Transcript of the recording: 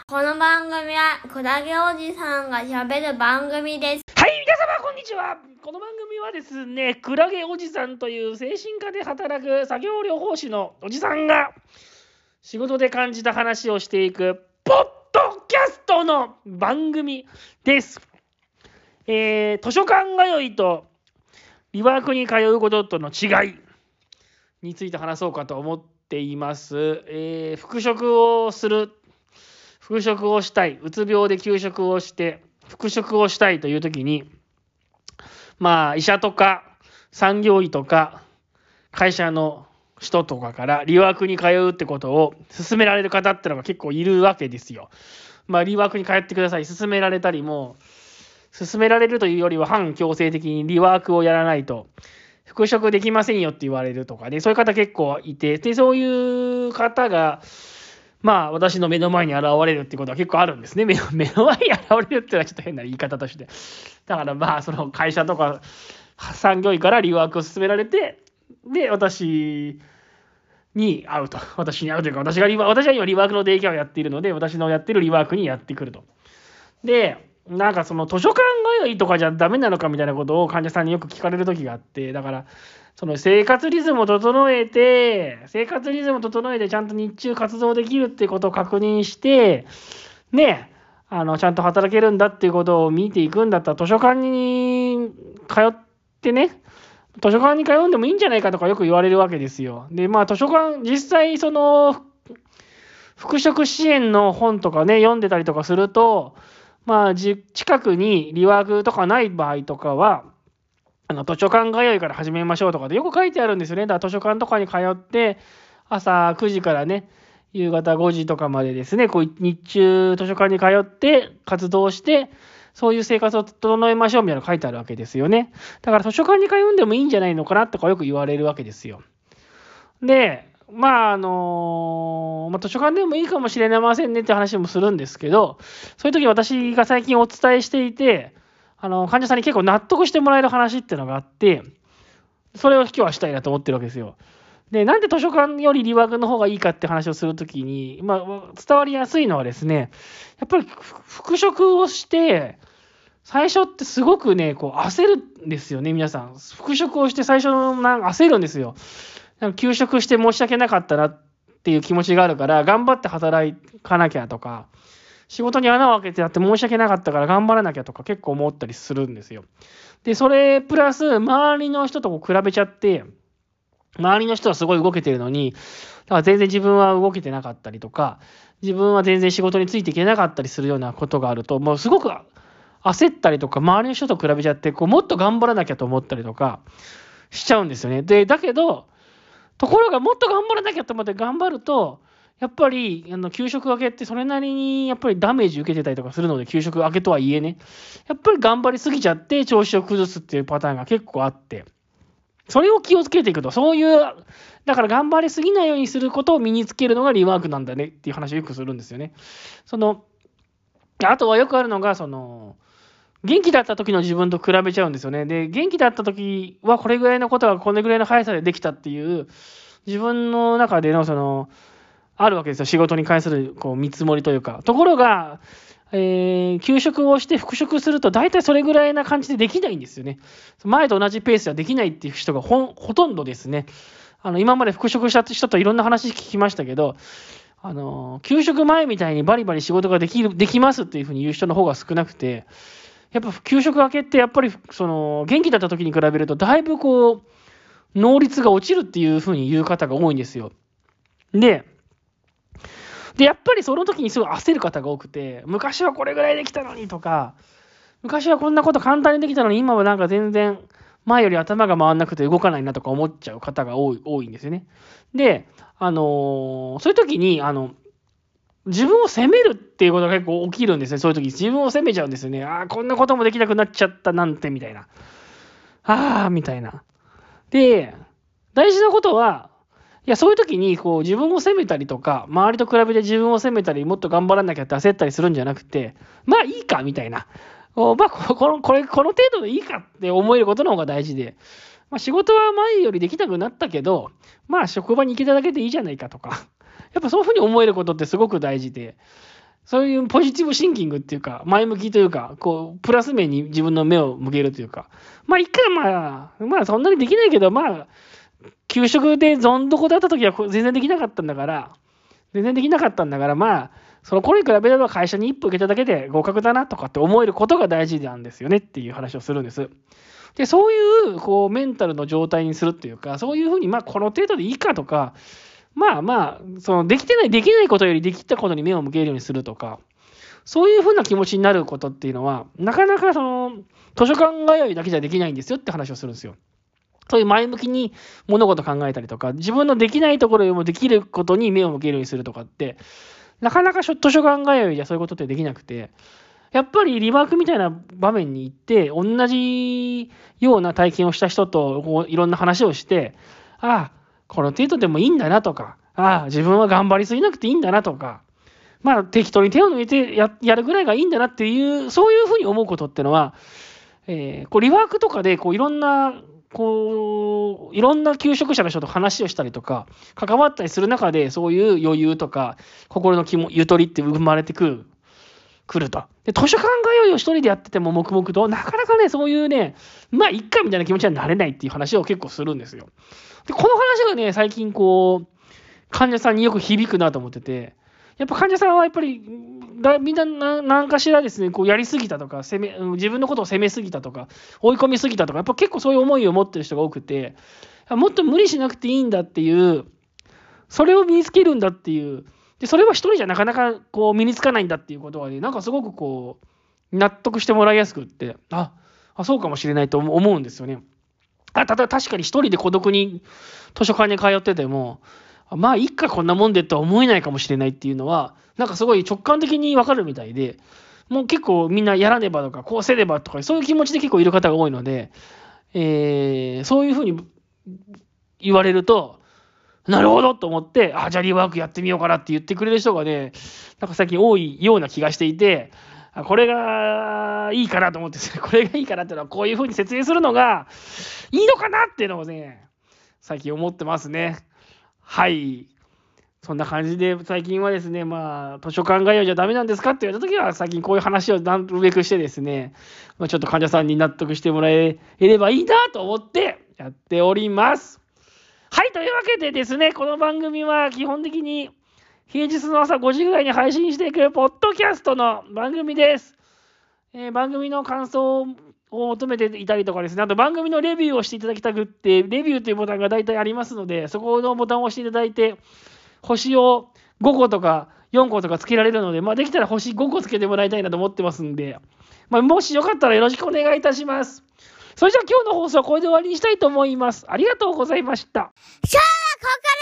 この番組はクラゲおじさんが喋る番組です。 はい、皆様こんにちは。この番組はですね、クラゲおじさんという精神科で働く作業療法士のおじさんが仕事で感じた話をしていくポッドキャストの番組です。図書館通いとリワークに通うこととの違いについて話そうかと思っています。復職をしたい、うつ病で休職をして復職をしたいという時に、医者とか産業医とか会社の人とかからリワークに通うってことを勧められる方ってのが結構いるわけですよ。リワークに通ってください、勧められたりも、勧められるというよりは反強制的にリワークをやらないと復職できませんよって言われるとかで、そういう方結構いて、でそういう方が私の目の前に現れるってことは結構あるんですね。目の前に現れるっていうのはちょっと変な言い方として。だからその会社とか産業医からリワークを勧められて、で、私に会うというか、私は今リワークのデイケアをやっているので、私のやってるリワークにやってくると。で、その図書館通いとかじゃダメなのかみたいなことを患者さんによく聞かれる時があって、だからその生活リズムを整えてちゃんと日中活動できるってことを確認してね、ちゃんと働けるんだっていうことを見ていくんだったら図書館に通ってね、図書館に通うんでもいいんじゃないかとかよく言われるわけですよ。で図書館実際その復職支援の本とかね読んでたりとかすると、近くにリワークとかない場合とかは図書館通いから始めましょうとかでよく書いてあるんですよね。だから図書館とかに通って朝9時からね夕方5時とかまでですね、日中図書館に通って活動してそういう生活を整えましょうみたいなの書いてあるわけですよね。だから図書館に通うんでもいいんじゃないのかなとかよく言われるわけですよ。で図書館でもいいかもしれませんねって話もするんですけど、そういう時私が最近お伝えしていて患者さんに結構納得してもらえる話っていうのがあって、それを今日はしたいなと思ってるわけですよ。で、なんで図書館よりリワークの方がいいかって話をするときに、伝わりやすいのはですね、やっぱり復職をして最初ってすごくね焦るんですよね。皆さん復職をして最初の焦るんですよ。休職して申し訳なかったなっていう気持ちがあるから頑張って働かなきゃとか、仕事に穴を開けてやって申し訳なかったから頑張らなきゃとか結構思ったりするんですよ。でそれプラス周りの人と比べちゃって、周りの人はすごい動けてるのに、だから全然自分は動けてなかったりとか、自分は全然仕事についていけなかったりするようなことがあると、もうすごく焦ったりとか、周りの人と比べちゃってもっと頑張らなきゃと思ったりとかしちゃうんですよね。だけどところがもっと頑張らなきゃと思って頑張ると、やっぱり給食明けってそれなりにやっぱりダメージ受けてたりとかするので、給食明けとはいえね、やっぱり頑張りすぎちゃって調子を崩すっていうパターンが結構あって、それを気をつけていくと、だから頑張りすぎないようにすることを身につけるのがリワークなんだねっていう話をよくするんですよね。あとはよくあるのが元気だった時の自分と比べちゃうんですよね。で、元気だった時はこれぐらいのことがこれぐらいの速さでできたっていう自分の中でのあるわけですよ。仕事に関する見積もりというか。ところが、休職をして復職すると大体それぐらいな感じでできないんですよね。前と同じペースではできないっていう人がほとんどですね。今まで復職した人といろんな話聞きましたけど、休職前みたいにバリバリ仕事ができますっていうふうに言う人の方が少なくて、やっぱ休職明けってやっぱり元気だった時に比べるとだいぶ能率が落ちるっていうふうに言う方が多いんですよ。でやっぱりその時にすごい焦る方が多くて、昔はこれぐらいできたのにとか、昔はこんなこと簡単にできたのに今は全然前より頭が回んなくて動かないなとか思っちゃう方が多いんですよね。でそういう時に自分を責めるっていうことが結構起きるんですね。そういう時自分を責めちゃうんですよね。こんなこともできなくなっちゃったなんてみたいな。みたいな。で、大事なことは、そういう時に自分を責めたりとか、周りと比べて自分を責めたり、もっと頑張らなきゃって焦ったりするんじゃなくて、いいかみたいな。この程度でいいかって思えることの方が大事で、仕事は前よりできなくなったけど、職場に行けただけでいいじゃないかとか、やっぱそういうふうに思えることってすごく大事で、 そういうポジティブシンキングっていうか、前向きというか、こう、プラス面に自分の目を向けるというか、まあ、一回まあそんなにできないけど、まあ、給食でどん底だった時は全然できなかったんだから、まあ、その頃に比べれば会社に一歩受けただけで合格だなとかって思えることが大事なんですよねっていう話をするんです。で、そういう、こう、メンタルの状態にするっていうか、そういうふうに、まあ、この程度でいいかとか、できないことよりできたことに目を向けるようにするとか、そういうふうな気持ちになることっていうのは、なかなか図書館通いだけじゃできないんですよって話をするんですよ。そういう前向きに物事考えたりとか、自分のできないところよりもできることに目を向けるようにするとかって、なかなか図書館通いじゃそういうことってできなくて、やっぱりリワークみたいな場面に行って、同じような体験をした人といろんな話をして、ああ、この程度でもいいんだなとか、ああ、自分は頑張りすぎなくていいんだなとか、まあ適当に手を抜いてやるぐらいがいいんだなっていう、そういうふうに思うことってのは、こうリワークとかでいろんな求職者の人と話をしたりとか、関わったりする中で、そういう余裕とか、心のゆとりって生まれてくると。で、図書館通いを一人でやってても黙々と、なかなかね、そういうね、まあ、いっかみたいな気持ちにはなれないっていう話を結構するんですよ。で、この話がね、最近患者さんによく響くなと思ってて、やっぱ患者さんはやっぱり、みんな何かしらですね、やりすぎたとか、自分のことを責めすぎたとか、追い込みすぎたとか、やっぱ結構そういう思いを持ってる人が多くて、もっと無理しなくていいんだっていう、それを身につけるんだっていう、で、それは一人じゃなかなか身につかないんだっていうことはね、なんかすごく納得してもらいやすくって、そうかもしれないと思うんですよね。ただ確かに一人で孤独に図書館に通ってても、まあ、いっかこんなもんでとは思えないかもしれないっていうのは、なんかすごい直感的にわかるみたいで、もう結構みんなやらねばとか、こうせねばとか、そういう気持ちで結構いる方が多いので、そういうふうに言われると、なるほどと思って、じゃあリワークやってみようかなって言ってくれる人がね、なんか最近多いような気がしていて、これがいいかなと思って、これがいいかなっていうのはこういうふうに説明するのがいいのかなっていうのをね、最近思ってますね。はい。そんな感じで最近はですね、図書館通いじゃダメなんですかって言われたときは、最近こういう話をなるべくしてですね、ちょっと患者さんに納得してもらえればいいなと思ってやっております。はい、というわけでですね、この番組は基本的に平日の朝5時ぐらいに配信していくポッドキャストの番組です。番組の感想を求めていたりとかですね、あと番組のレビューをしていただきたくって、レビューというボタンが大体ありますので、そこのボタンを押していただいて、星を5個とか4個とかつけられるので、できたら星5個つけてもらいたいなと思ってますんで、もしよかったらよろしくお願いいたします。それじゃあ今日の放送はこれで終わりにしたいと思います。ありがとうございました。 今日はここから